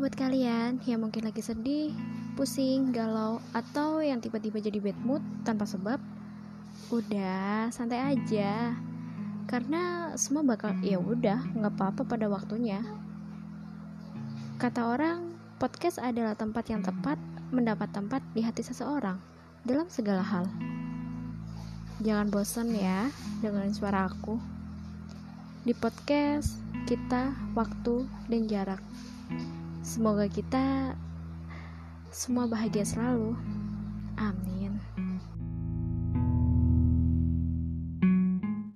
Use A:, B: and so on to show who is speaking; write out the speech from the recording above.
A: buat kalian yang mungkin lagi sedih, pusing, galau, atau yang tiba-tiba jadi bad mood tanpa sebab. Udah, santai aja. Karena semua bakal nggak apa-apa pada waktunya. Kata orang, podcast adalah tempat yang tepat mendapat tempat di hati seseorang dalam segala hal. Jangan bosan ya dengerin suara aku. Di podcast kita, waktu, dan jarak. Semoga kita semua bahagia selalu. Amin.